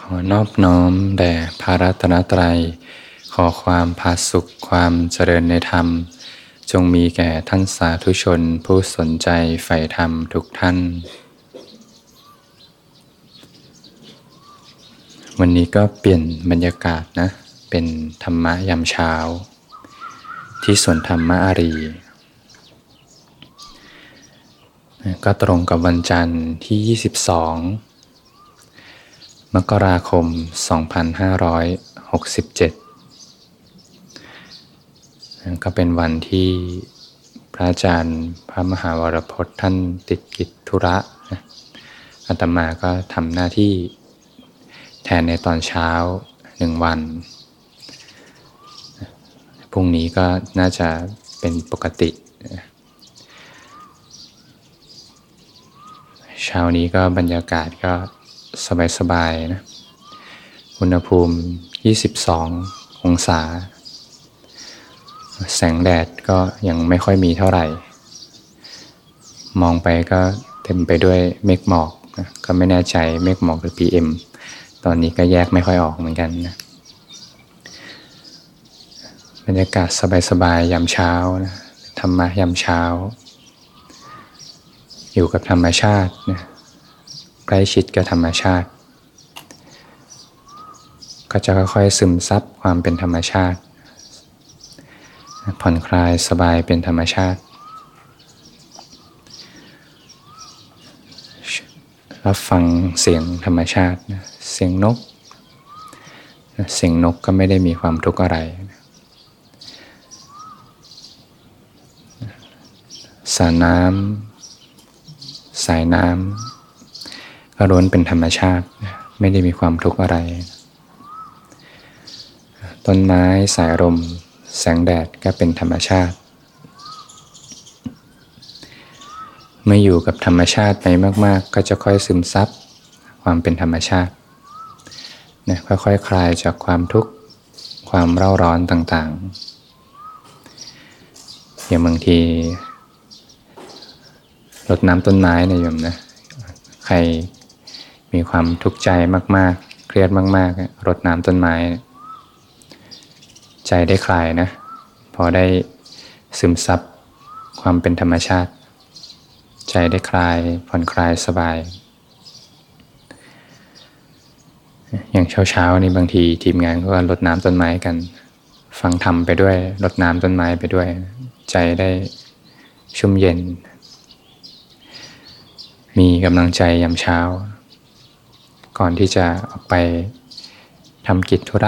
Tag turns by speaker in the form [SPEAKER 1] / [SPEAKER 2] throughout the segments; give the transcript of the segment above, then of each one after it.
[SPEAKER 1] อนอบน้อมแด่พระรัตนตรัยขอความผาสุกความเจริญในธรรมจงมีแก่ท่านสาธุชนผู้สนใจใฝ่ธรรมทุกท่านวันนี้ก็เปลี่ยนบรรยากาศนะเป็นธรรมะยามเช้าที่สวนธรรมอารีก็ตรงกับวันจันทร์ที่22มกราคม2567ก็เป็นวันที่พระอาจารย์พระมหาวรพจน์ท่านติดกิจธุระอาตมาก็ทำหน้าที่แทนในตอนเช้า1 วันพรุ่งนี้ก็น่าจะเป็นปกติเช้านี้ก็บรรยากาศก็สบายๆนะอุณหภูมิ22 องศาแสงแดดก็ยังไม่ค่อยมีเท่าไหร่มองไปก็เต็มไปด้วยเมฆหมอกนะก็ไม่แน่ใจเมฆหมอกหรือ PM ตอนนี้ก็แยกไม่ค่อยออกเหมือนกันนะบรรยากาศสบายๆยามเช้านะธรรมะยามเช้าอยู่กับธรรมชาตินะใกล้ชิดกับธรรมชาติก็จะค่อยๆซึมซับความเป็นธรรมชาติผ่อนคลายสบายเป็นธรรมชาติรับฟังเสียงธรรมชาติเสียงนกเสียงนกก็ไม่ได้มีความทุกข์อะไรสายน้ำก็ล้วนเป็นธรรมชาติไม่ได้มีความทุกข์อะไรต้นไม้สายลมแสงแดดก็เป็นธรรมชาติเมื่ออยู่กับธรรมชาติไปมากๆก็จะค่อยซึมซับความเป็นธรรมชาตินะค่อยๆ คลายจากความทุกข์ความเร่าร้อนต่างๆอย่างบางทีรดน้ำต้นไม้นะโยมนะใครมีความทุกข์ใจมากๆเครียดมากๆรดน้ำต้นไม้ใจได้คลายนะพอได้ซึมซับความเป็นธรรมชาติใจได้คลายผ่อนคลายสบายอย่างเช้าๆนี่บางทีทีมงานก็รดน้ำต้นไม้กันฟังธรรมไปด้วยรดน้ำต้นไม้ไปด้วยใจได้ชุ่มเย็นมีกำลังใจยามเช้าก่อนที่จะออกไปทำกิจธุระ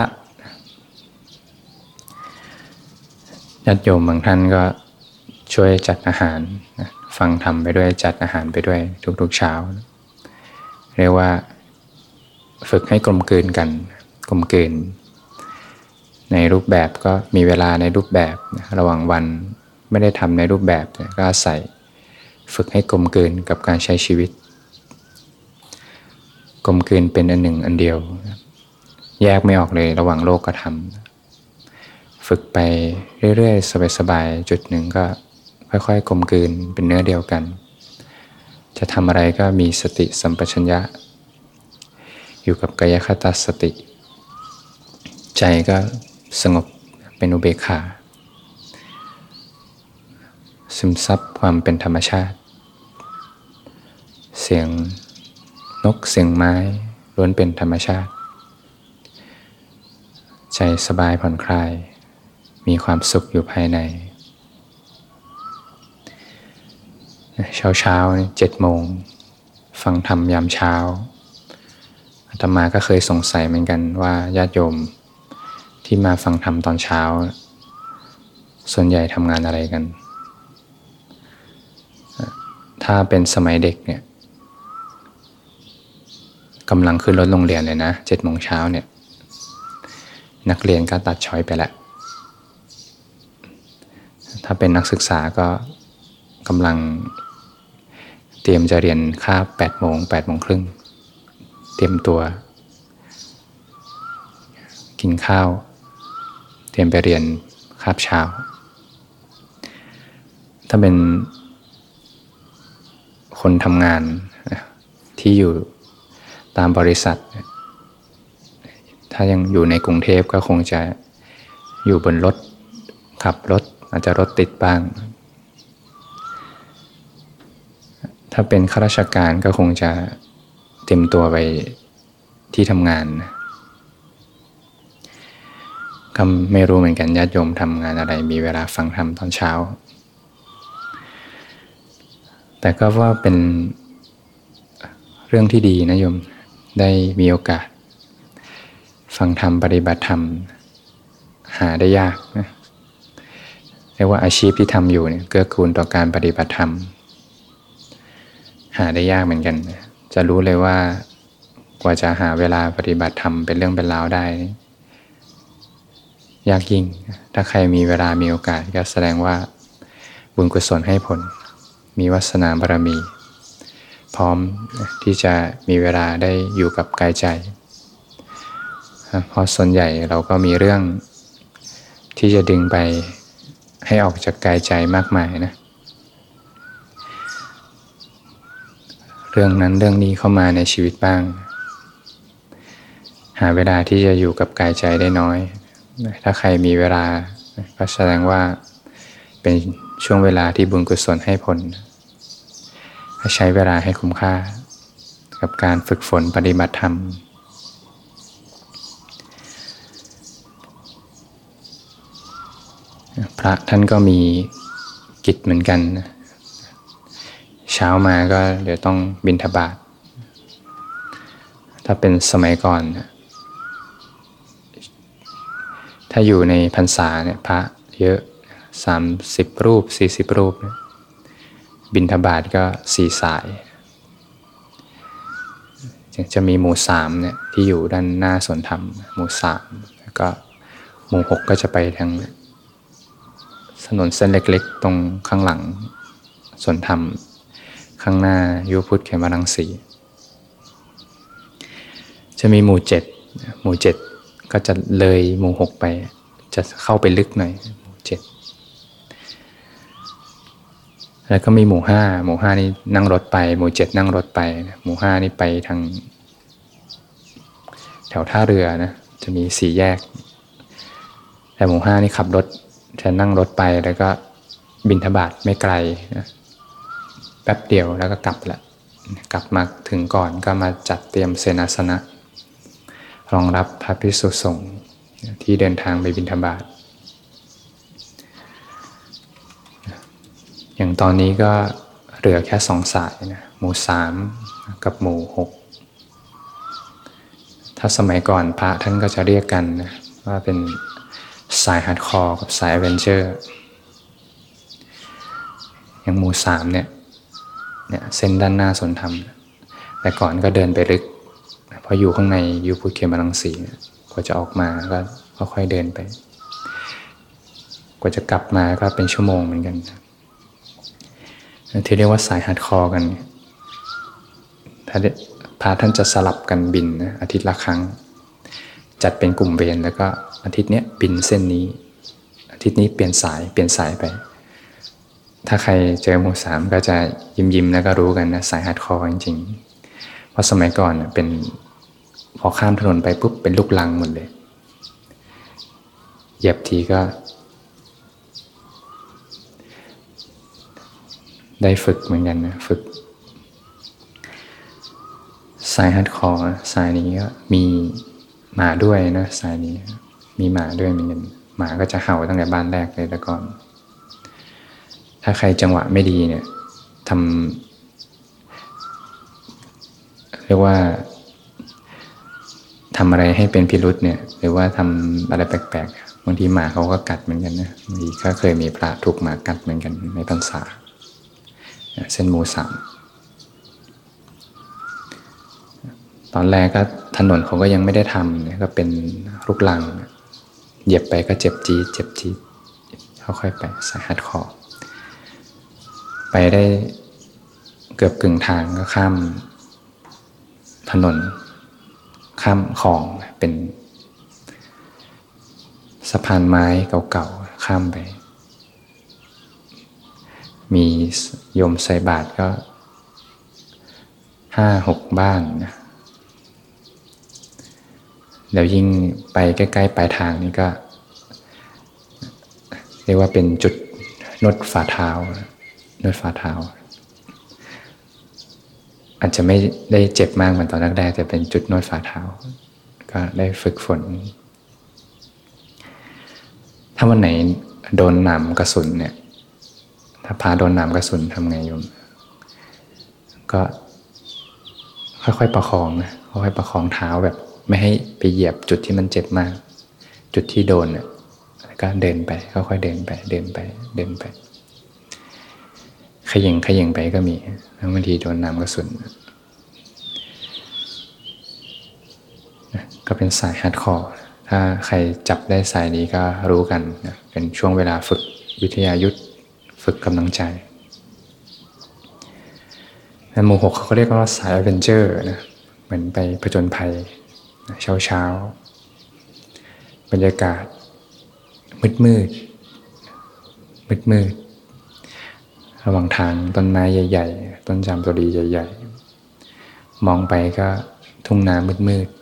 [SPEAKER 1] ญาติโยมบางท่านก็ช่วยจัดอาหารฟังธรรมไปด้วยจัดอาหารไปด้วยทุกๆเช้าเรียกว่าฝึกให้กลมกลืนกันกลมกลืนในรูปแบบก็มีเวลาในรูปแบบระหว่างวันไม่ได้ทำในรูปแบบก็อาศัยฝึกให้กลมกลืนกับการใช้ชีวิตกลมกลืนเป็นอันหนึ่งอันเดียวแยกไม่ออกเลยระหว่างโลกกับธรรมฝึกไปเรื่อยๆสบายๆจุดหนึ่งก็ค่อยๆกลมกลืนเป็นเนื้อเดียวกันจะทำอะไรก็มีสติสัมปชัญญะอยู่กับกายคตสติใจก็สงบเป็นอุเบกขาซึมซับความเป็นธรรมชาติเสียงนกเสียงไม้ล้วนเป็นธรรมชาติใจสบายผ่อนคลายมีความสุขอยู่ภายในเช้า7 โมงฟังธรรมยามเช้าอาตมาก็เคยสงสัยเหมือนกันว่าญาติโยมที่มาฟังธรรมตอนเช้าส่วนใหญ่ทำงานอะไรกันถ้าเป็นสมัยเด็กเนี่ยกำลังขึ้นรถโรงเรียนเลยนะ7 โมงเช้าเนี่ยนักเรียนก็ตัดช้อยไปแล้วถ้าเป็นนักศึกษาก็กำลังเตรียมจะเรียนคาบ8 โมง 8 โมงครึ่งเตรียมตัวกินข้าวเตรียมไปเรียนคาบเช้าถ้าเป็นคนทำงานที่อยู่ตามบริษัทถ้ายังอยู่ในกรุงเทพก็คงจะอยู่บนรถขับรถอาจจะรถติดบ้างถ้าเป็นข้าราชการก็คงจะเต็มตัวไปที่ทำงานก็ไม่รู้เหมือนกันญาติโยมทำงานอะไรมีเวลาฟังธรรมตอนเช้าแต่ก็ว่าเป็นเรื่องที่ดีนะโยมได้มีโอกาสฟังธรรมปฏิบัติธรรมหาได้ยากนะเรียกว่าอาชีพที่ทำอยู่เนี่ยเกื้อกูลต่อการปฏิบัติธรรมหาได้ยากเหมือนกันจะรู้เลยว่ากว่าจะหาเวลาปฏิบัติธรรมเป็นเรื่องเป็นราวได้ยากยิ่งถ้าใครมีเวลามีโอกาสก็แสดงว่าบุญกุศลให้ผลมีวาสนาบารมีพร้อมที่จะมีเวลาได้อยู่กับกายใจเพราะส่วนใหญ่เราก็มีเรื่องที่จะดึงไปให้ออกจากกายใจมากมายนะเรื่องนั้นเรื่องนี้เข้ามาในชีวิตบ้างหาเวลาที่จะอยู่กับกายใจได้น้อยถ้าใครมีเวลาก็แสดงว่าเป็นช่วงเวลาที่บุญกุศลให้ผลใช้เวลาให้คุ้มค่ากับการฝึกฝนปฏิบัติธรรมพระท่านก็มีกิจเหมือนกันเช้ามาก็เดี๋ยวต้องบิณฑบาตถ้าเป็นสมัยก่อนถ้าอยู่ในพรรษาเนี่ยพระเยอะ30รูป40รูปบิณฑบาตก็4สายจะมีหมู่3เนี่ยที่อยู่ด้านหน้าสวนธรรมหมู่3แล้วก็หมู่6ก็จะไปทางถนนเส้นเล็กๆตรงข้างหลังสวนธรรมข้างหน้ายุพุทธเขมรังสีจะมีหมู่7ก็จะเลยหมู่6ไปจะเข้าไปลึกหน่อยหมู่7แล้วก็มีหมู่5นี่นั่งรถไปหมู่7นั่งรถไปหมู่5นี่ไปทางแถวท่าเรือนะจะมี4แยกแต่หมู่5นี่ขับรถจะนั่งรถไปแล้วก็บิณฑบาตไม่ไกลนะแป๊บเดียวแล้วก็กลับละกลับมาถึงก่อนก็มาจัดเตรียมเสนาสนะรองรับพระภิกษุสงฆ์ที่เดินทางไปบิณฑบาตอย่างตอนนี้ก็เหลือแค่2สายนะหมู่3กับหมู่6ถ้าสมัยก่อนพระท่านก็จะเรียกกันนะว่าเป็นสายฮาร์ดคอร์กับสายแอดเวนเจอร์อย่างหมู่3เนี่ยเส้นด้านหน้าสวนธรรมแต่ก่อนก็เดินไปลึกพออยู่ข้างในยุพุทธเขมรังสีกว่าจะออกมาก็ค่อยเดินไปกว่าจะกลับมาก็เป็นชั่วโมงเหมือนกันที่เรียกว่าสายฮาร์ดคอร์กันพระท่านจะสลับกันบินนะอาทิตย์ละครั้งจัดเป็นกลุ่มเวรแล้วก็อาทิตย์นี้บินเส้นนี้อาทิตย์นี้เปลี่ยนสายไปถ้าใครเจอหมู่3ก็จะยิ้มแล้วก็รู้กันนะสายฮาร์ดคอร์จริงๆเพราะสมัยก่อนเป็นพอข้ามถนนไปปุ๊บเป็นลูกลังหมดเลยเหยียบทีก็ได้ฝึกเหมือนกันนะฝึกสายฮาร์ดคอร์สายนี้ก็มีหมาด้วยนะสายนี้มีหมาด้วยเหมือนกันหมาก็จะเห่าตั้งแต่บ้านแรกเลยแต่ก่อนถ้าใครจังหวะไม่ดีเนี่ยเรียกว่าทำอะไรให้เป็นพิรุธเนี่ยหรือว่าทำอะไรแปลกๆบางทีหมาเขาก็กัดเหมือนกันนะบางทีก็เคยมีพระถูกหมากัดเหมือนกันในพรรษาเส้นหมู่3ตอนแรกก็ถนนเขาก็ยังไม่ได้ทำก็เป็นลูกลังเหยียบไปก็เจ็บจี๊ดค่อยๆไปสายฮาร์ดคอร์ไปได้เกือบกึ่งทางก็ข้ามถนนข้ามคลองเป็นสะพานไม้เก่าๆข้ามไปมีโยมใส่บาตรก็ 5-6 บ้านนะแล้วยิ่งไปใกล้ๆปลายทางนี่ก็เรียกว่าเป็นจุดนวดฝ่าเท้านวดฝ่าเท้าอาจจะไม่ได้เจ็บมากเหมือนตอนแรกๆแต่เป็นจุดนวดฝ่าเท้าก็ได้ฝึกฝนถ้าวันไหนโดนหนามกระสุนเนี่ยถ้าพาโดนหนามกระสุนทำไงโยมก็ค่อยๆประคองนะค่อยๆประคองเท้าแบบไม่ให้ไปเหยียบจุดที่มันเจ็บมากจุดที่โดนเนี่ยก็เดินไปค่อยๆเดินไปเดินไปเดินไปขย่งไปก็มีบางทีโดนหนามกระสุนก็เป็นสายฮาร์ดคอร์ถ้าใครจับได้สายนี้ก็รู้กันนะเป็นช่วงเวลาฝึกวิทยายุทธฝึกกำลังใจหมู่ 6เขาก็เรียกว่าสายแอดเวนเจอร์นะเหมือนไปผจญภัยเช้าบรรยากาศมืดระหว่างทางต้นไม้ใหญ่ๆต้นจามจุรีใหญ่ๆมองไปก็ทุ่งนามืด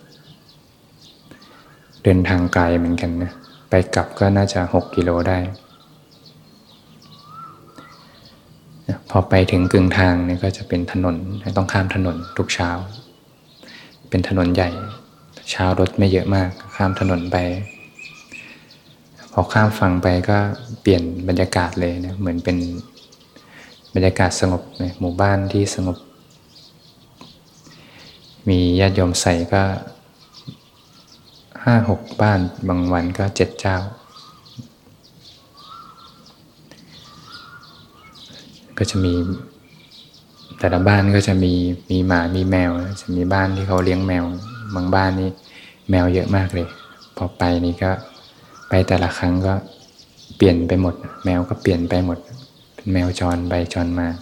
[SPEAKER 1] เดินทางไกลเหมือนกันนะไปกลับก็น่าจะ6 กิโลได้พอไปถึงกึ่งทางนี่ก็จะเป็นถนนต้องข้ามถนนทุกเช้าเป็นถนนใหญ่เช้ารถไม่เยอะมากข้ามถนนไปพอข้ามฝั่งไปก็เปลี่ยนบรรยากาศเลยนะเหมือนเป็นบรรยากาศสงบในหมู่บ้านที่สงบมีญาติโยมใส่ก็5-6 บ้านบางวันก็7 เจ้าก็จะมีแต่ละบ้านก็จะมีหมามีแมวจะมีบ้านที่เขาเลี้ยงแมวบางบ้านนี่แมวเยอะมากเลยพอไปนี่ก็ไปแต่ละครั้งก็เปลี่ยนไปหมดแมวก็เปลี่ยนไปหมดเป็นแมวจรไปจรมา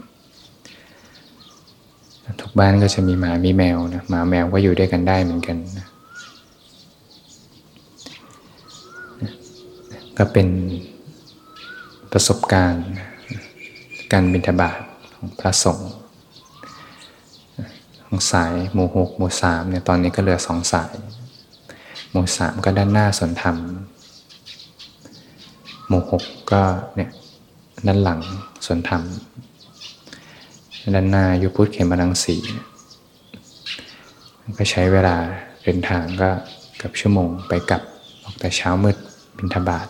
[SPEAKER 1] ทุกบ้านก็จะมีหมามีแมวนะหมาแมวก็อยู่ด้วยกันได้เหมือนกันนะก็เป็นประสบการณ์การบิณฑบาตของพระสงฆ์ของสายหมู่ 6หมู่ 3เนี่ยตอนนี้ก็เหลือ2 สายหมู่ 3ก็ด้านหน้าสวนธรรมหมู่ 6ก็เนี่ยด้านหลังสวนธรรมด้านหน้าอยู่พุทธเขมรังสีก็ใช้เวลาเดินทางก็เกือบชั่วโมงไปกลับออกแต่เช้ามืดบิณฑบาต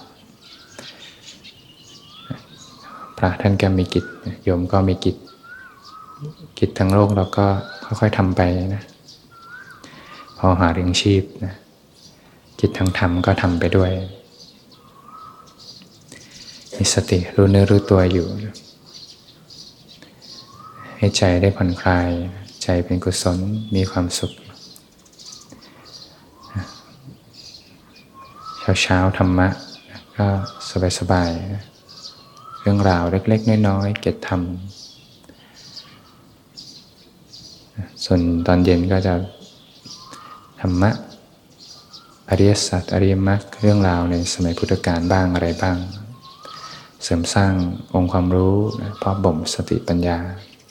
[SPEAKER 1] พระท่านก็มีกิจโยมก็มีกิจทั้งโลกเราก็ค่อยๆทำไปนะพอหาเลี้ยงชีพนะกิจทางธรรมก็ทำไปด้วยมีสติรู้เนื้อรู้ตัวอยู่ให้ใจได้ผ่อนคลายใจเป็นกุศลมีความสุขเช้าธรรมะก็สบายๆเรื่องราวเล็กๆน้อยๆเก็บทำส่วนตอนเย็นก็จะธรรมะอริยสัจอริยมรรคเรื่องราวในสมัยพุทธกาลบ้างอะไรบ้างเสริมสร้างองค์ความรู้เพาะบ่มสติปัญญา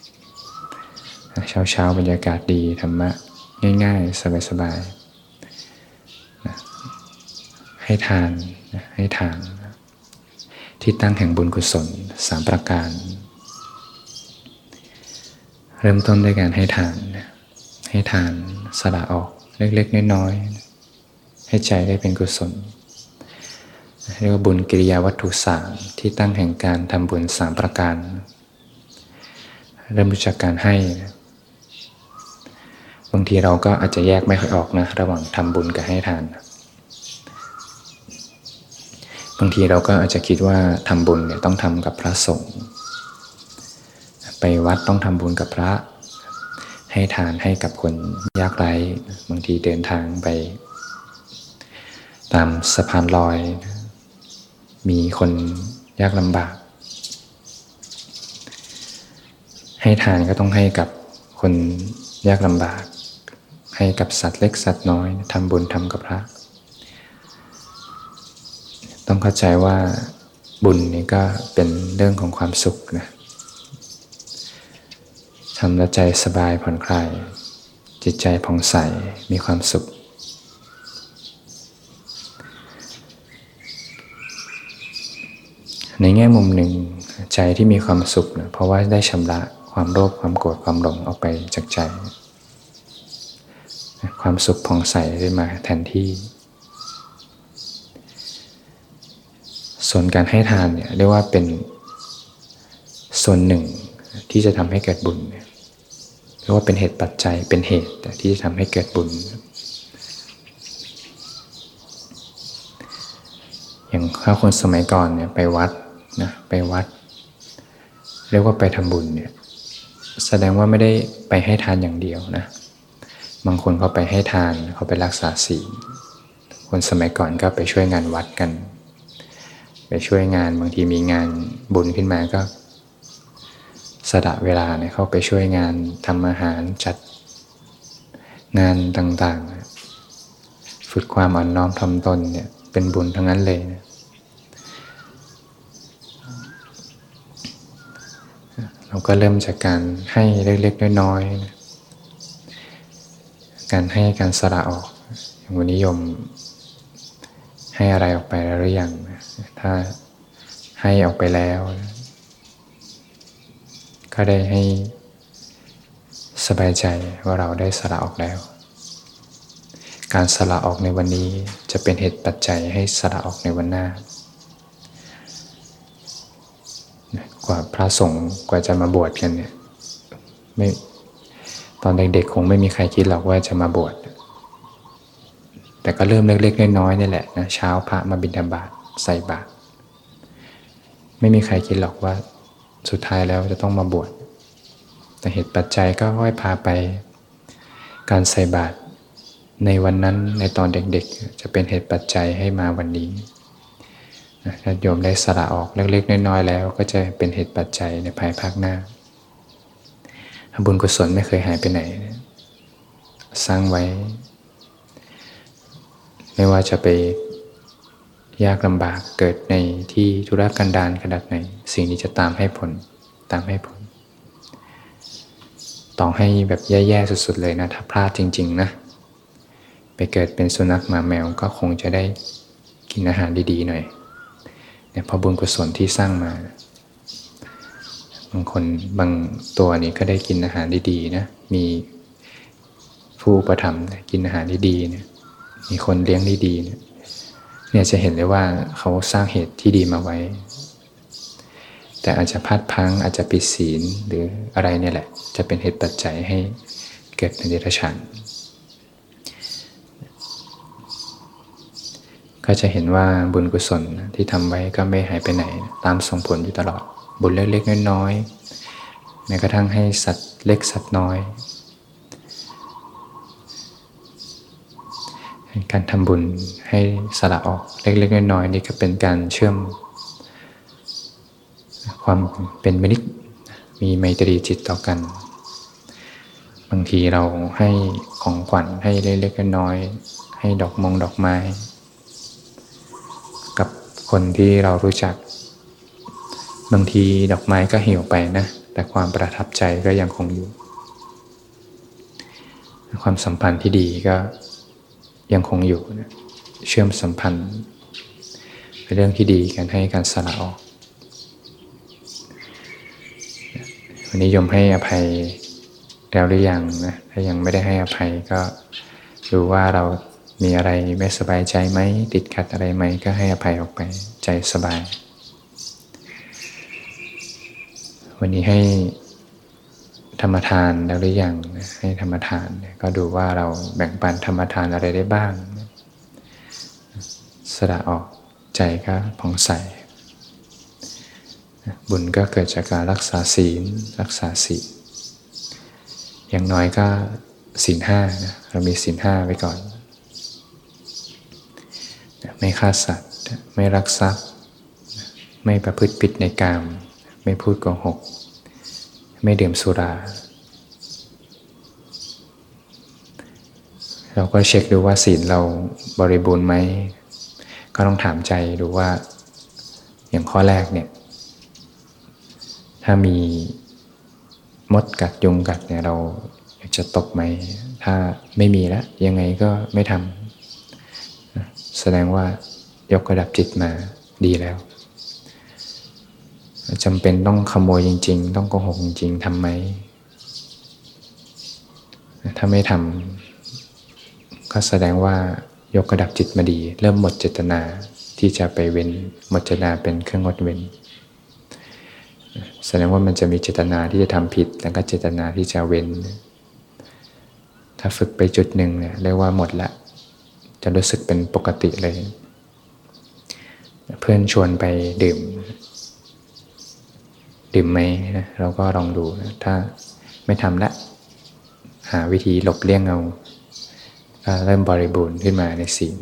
[SPEAKER 1] เช้าบรรยากาศดีธรรมะง่ายๆสบายๆให้ทานที่ตั้งแห่งบุญกุศล3 ประการเริ่มต้นด้วยการให้ทานสละออกเล็กๆน้อยๆให้ใจได้เป็นกุศลเรียกว่าบุญกิริยาวัตถุ3ที่ตั้งแห่งการทำบุญ3 ประการเริ่มจากการให้บางทีเราก็อาจจะแยกไม่ค่อยออกนะระหว่างทำบุญกับให้ทานบางทีเราก็อาจจะคิดว่าทำบุญเนี่ยต้องทำกับพระสงฆ์ไปวัดต้องทำบุญกับพระให้ทานให้กับคนยากไร้บางทีเดินทางไปตามสะพานลอยมีคนยากลำบากให้ทานก็ต้องให้กับคนยากลำบากให้กับสัตว์เล็กสัตว์น้อยทำบุญทำกับพระต้องเข้าใจว่าบุญนี่ก็เป็นเรื่องของความสุขนะทำแล้วใจสบายผ่อนคลายจิตใจผ่องใสมีความสุขในแง่มุมหนึ่งใจที่มีความสุขนะเพราะว่าได้ชำระความโลภความโกรธความหลงออกไปจากใจความสุขผ่องใสได้มาแทนที่ส่วนการให้ทานเนี่ยเรียกว่าเป็นส่วนหนึ่งที่จะทำให้เกิดบุญเรียกว่าเป็นเหตุปัจจัยเป็นเหตุที่จะทำให้เกิดบุญอย่างข้าคนสมัยก่อนเนี่ยไปวัดนะไปวัดเรียกว่าไปทำบุญเนี่ยแสดงว่าไม่ได้ไปให้ทานอย่างเดียวนะบางคนเขาไปให้ทานเขาไปรักษาศีลคนสมัยก่อนก็ไปช่วยงานวัดกันไปช่วยงานบางทีมีงานบุญขึ้นมาก็สละเวลาเนี่ยเข้าไปช่วยงานทำอาหารจัดงานต่างๆฝึกความอ่อนน้อมถ่อมตนเนี่ยเป็นบุญทั้งนั้นเลยนะเราก็เริ่มจากการให้เล็กๆน้อยๆนะการให้การสละออกอย่างวันนี้โยมให้อะไรออกไปแล้วหรือยังถ้าให้ออกไปแล้วก็ได้ให้สบายใจว่าเราได้สละออกแล้วการสละออกในวันนี้จะเป็นเหตุปัจจัยให้สละออกในวันหน้ากว่าพระสงฆ์กว่าจะมาบวชกันเนี่ยไม่ตอนเด็กๆคงไม่มีใครคิดหรอกว่าจะมาบวชแต่ก็เริ่มเล็กๆน้อยๆนี่แหละนะเช้าพระมาบิณฑบาตใส่บาตรไม่มีใครคิดหรอกว่าสุดท้ายแล้วจะต้องมาบวชแต่เหตุปัจจัยก็ค่อยพาไปการใส่บาตรในวันนั้นในตอนเด็กๆจะเป็นเหตุปัจจัยให้มาวันนี้ถ้าโยมได้สละออกเล็กๆน้อยๆแล้วก็จะเป็นเหตุปัจจัยในภายภาคหน้าบุญกุศลไม่เคยหายไปไหนสร้างไว้ไม่ว่าจะไปยากลำบากเกิดในที่ธุรกันดารขนาดไหนสิ่งนี้จะตามให้ผลต่อให้แบบแย่ๆสุดๆเลยนะถ้าพลาดจริงๆนะไปเกิดเป็นสุนัขหมาแมวก็คงจะได้กินอาหารดีๆหน่อยเนี่ยเพราะบุญกุศลที่สร้างมาบางคนบางตัวนี้ก็ได้กินอาหารดีๆนะมีผู้อุปถัมภ์กินอาหารดีๆเนี่ยมีคนเลี้ยงดีๆเนี่ยจะเห็นเลยว่าเขาสร้างเหตุที่ดีมาไว้แต่อาจจะพลาดพลั้งอาจจะผิดศีลหรืออะไรเนี่ยแหละจะเป็นเหตุปัจจัยให้เกิดเป็นเดรัจฉานก็จะเห็นว่าบุญกุศลที่ทำไว้ก็ไม่หายไปไหนตามส่งผลอยู่ตลอดบุญเล็กๆน้อยๆแม้กระทั่งให้สัตว์เล็กสัตว์น้อยการทำบุญให้สละออกเล็กๆน้อยๆนี่ก็เป็นการเชื่อมความเป็นมิตรมีไมตรีจิตต่อกันบางทีเราให้ของขวัญให้เล็กๆน้อยๆให้ดอกไม้กับคนที่เรารู้จักบางทีดอกไม้ก็เหี่ยวไปนะแต่ความประทับใจก็ยังคงอยู่ความสัมพันธ์ที่ดีก็ยังคงอยู่นะเชื่อมสัมพันธ์เป็นเรื่องที่ดีการให้การสละออกวันนี้โยมให้อภัยแล้วหรือยังนะถ้ายังไม่ได้ให้อภัยก็ดูว่าเรามีอะไรไม่สบายใจไหมติดขัดอะไรไหมก็ให้อภัยออกไปใจสบายวันนี้ให้ธรรมทานแล้วหรือยังให้ธรรมทานก็ดูว่าเราแบ่งปันธรรมทานอะไรได้บ้างสละออกใจก็ผ่องใสบุญก็เกิดจากการรักษาศีลอย่างน้อยก็ศีลห้านะเรามีศีลห้าไว้ก่อนไม่ฆ่าสัตว์ไม่ลักทรัพย์ไม่ประพฤติผิดในกามไม่พูดโกหกไม่ดื่มสุราเราก็เช็คดูว่าศีลเราบริบูรณ์ไหมก็ต้องถามใจดูว่าอย่างข้อแรกเนี่ยถ้ามีมดกัดยุงกัดเนี่ยเราอยากจะตบไหมถ้าไม่มีแล้วยังไงก็ไม่ทำแสดงว่ายกระดับจิตมาดีแล้วจำเป็นต้องขโมยจริงๆต้องโกหกจริงๆทำไหมถ้าไม่ทำก็แสดงว่ายกระดับจิตมาดีเริ่มหมดเจตนาที่จะไปเว้นหมดเจตนาเป็นเครื่องงดเว้นแสดงว่ามันจะมีเจตนาที่จะทำผิดแล้วก็เจตนาที่จะเว้นถ้าฝึกไปจุดหนึ่งเนี่ยเรียกว่าหมดละจะรู้สึกเป็นปกติเลยเพื่อนชวนไปดื่มไหมนะเราก็ลองดูนะถ้าไม่ทำละหาวิธีหลบเลี่ยงเอาก็เริ่มบริบูรณ์ขึ้นมาในศีล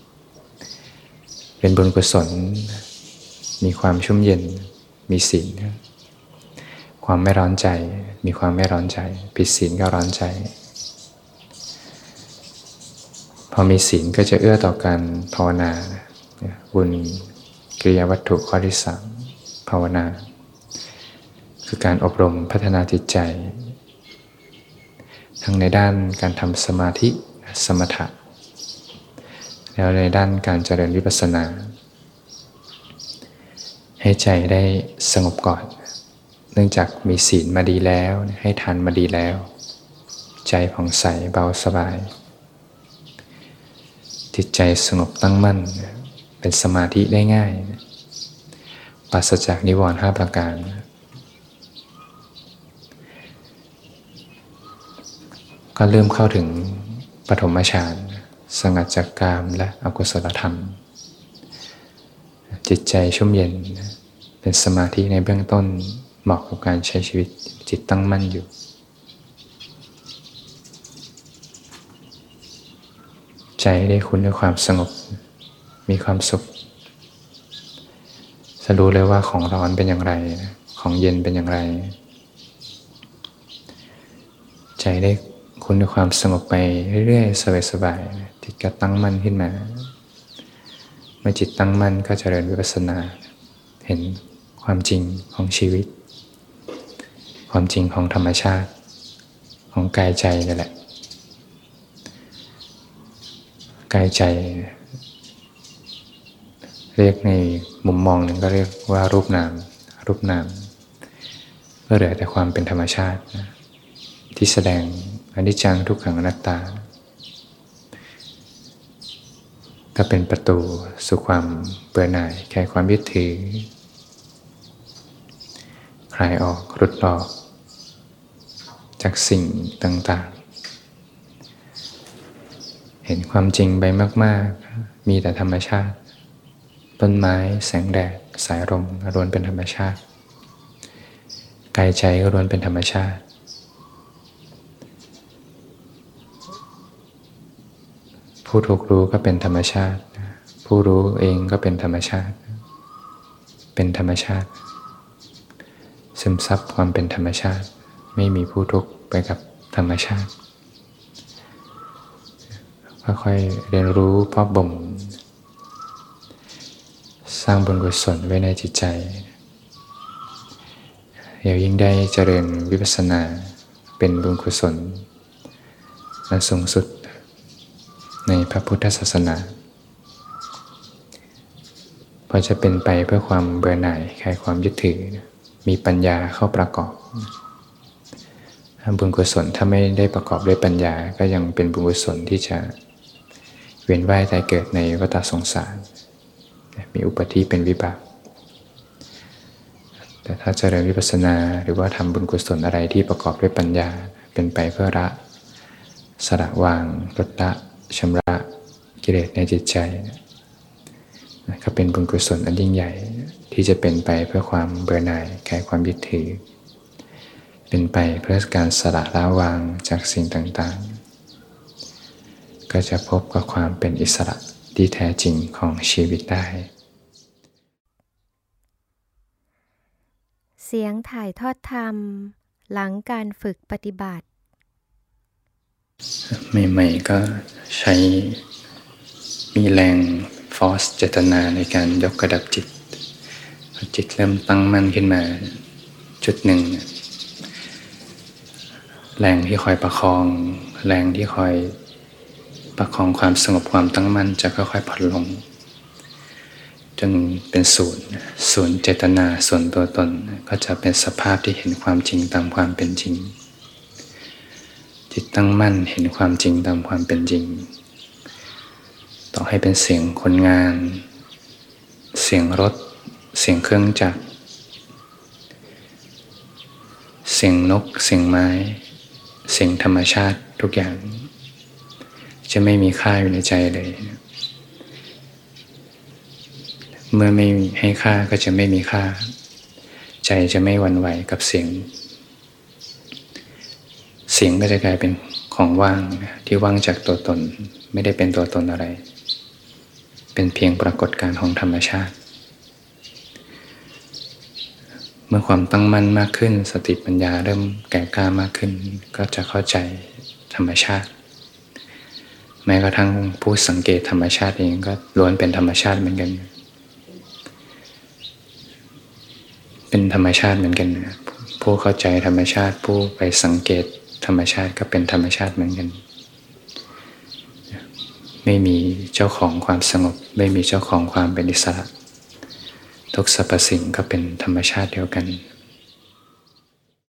[SPEAKER 1] เป็นบุญกุศลมีความชุ่มเย็นมีศีลความไม่ร้อนใจมีความไม่ร้อนใจผิดศีลก็ร้อนใจพอมีศีลก็จะเอื้อต่อการภาวนาบุญกิริยาวัตถุข้อที่3ภาวนาคือการอบรมพัฒนาจิตใจทั้งในด้านการทำสมาธิสมถะแล้วในด้านการเจริญวิปัสสนาให้ใจได้สงบก่อนเนื่องจากมีศีลมาดีแล้วให้ทานมาดีแล้วใจผ่องใสเบาสบายจิตใจสงบตั้งมั่นเป็นสมาธิได้ง่ายปราศจากนิวรณ์5ประการก็เริ่มเข้าถึงปฐมฌานสงัดจากกามและอกุศลธรรมจิตใจชุ่มเย็นเป็นสมาธิในเบื้องต้นเหมาะกับการใช้ชีวิตจิตตั้งมั่นอยู่ใจได้คุ้นด้วยความสงบมีความสุขจะรู้เลยว่าของร้อนเป็นอย่างไรของเย็นเป็นอย่างไรใจได้คุ้นด้วยความสงบไปเรื่อยๆสบายๆจิตก็ตั้งมั่นขึ้นมาเมื่อจิตตั้งมั่นก็เจริญวิปัสสนาเห็นความจริงของชีวิตความจริงของธรรมชาติของกายใจนั่นแหละกายใจเรียกในมุมมองหนึ่งก็เรียกว่ารูปนามก็เหลือแต่ความเป็นธรรมชาติที่แสดงอนิจจังทุกขังอนัตตาก็เป็นประตูสู่ความเบื่อหน่ายคลายความยึดถือคลายออกหลุดออกจากสิ่งต่างๆเห็นความจริงไปมากๆมีแต่ธรรมชาติต้นไม้แสงแดดสายลมล้วนเป็นธรรมชาติกายใจก็ล้วนเป็นธรรมชาติผู้ถูกรู้ก็เป็นธรรมชาติผู้รู้เองก็เป็นธรรมชาติซึมซับความเป็นธรรมชาติไม่มีผู้ทุกข์ไปกับธรรมชาติค่อยๆเรียนรู้เพาะบ่มสร้างบุญกุศลไว้ในจิตใจเดี๋ยวยิ่งได้เจริญวิปัสสนาเป็นบุญกุศลอันสูงสุดในพระพุทธศาสนาเพราะจะเป็นไปเพื่อความเบื่อหน่ายคลายความยึดถือมีปัญญาเข้าประกอบบุญกุศลถ้าไม่ได้ประกอบด้วยปัญญาก็ยังเป็นบุญกุศลที่จะเวียนว่ายตายเกิดในวัฏสงสารมีอุปธิเป็นวิบากแต่ถ้าเจริญวิปัสสนาหรือว่าทำบุญกุศลอะไรที่ประกอบด้วยปัญญาเป็นไปเพื่อละสละวางลดละชำระกิเลสในจิตใจก็เป็นบุญกุศลอันยิ่งใหญ่ที่จะเป็นไปเพื่อความเบื่อหน่ายคลายความยึดถือเป็นไปเพื่อการสละละวางจากสิ่งต่างๆก็จะพบกับความเป็นอิสระที่แท้จริงของชีวิตได้
[SPEAKER 2] เสียงถ่ายทอดธรรมหลังการฝึกปฏิบัติ
[SPEAKER 1] ใหม่ๆก็ใช้มีแรงฟอร์สเจตนาในการยกระดับจิตพอจิตเริ่มตั้งมั่นขึ้นมาจุดหนึ่งแรงที่คอยประคองแรงที่คอยประคองความสงบความตั้งมั่นจะค่อยๆผ่อนลงจนเป็นศูนย์เจตนาส่วนตัวตนก็จะเป็นสภาพที่เห็นความจริงตามความเป็นจริงจิตตั้งมั่นเห็นความจริงตามความเป็นจริงต่อให้เป็นเสียงคนงานเสียงรถเสียงเครื่องจักรเสียงนกเสียงไม้เสียงธรรมชาติทุกอย่างจะไม่มีค่าอยู่ในใจเลยเมื่อไม่ให้ค่าก็จะไม่มีค่าใจจะไม่หวั่นไหวกับเสียงก็จะกลายเป็นของว่างที่ว่างจากตัวตนไม่ได้เป็นตัวตนอะไรเป็นเพียงปรากฏการณ์ของธรรมชาติเมื่อความตั้งมั่นมากขึ้นสติปัญญาเริ่มแก่กล้ามากขึ้นก็จะเข้าใจธรรมชาติแม้กระทั่งผู้สังเกตธรรมชาติเองก็ล้วนเป็นธรรมชาติเหมือนกันเป็นธรรมชาติเหมือนกันผู้เข้าใจธรรมชาติผู้ไปสังเกตธรรมชาติก็เป็นธรรมชาติเหมือนกันไม่มีเจ้าของความสงบไม่มีเจ้าของความเป็นอิสระทุกสรรพสิ่งก็เป็นธรรมชาติเดียวกัน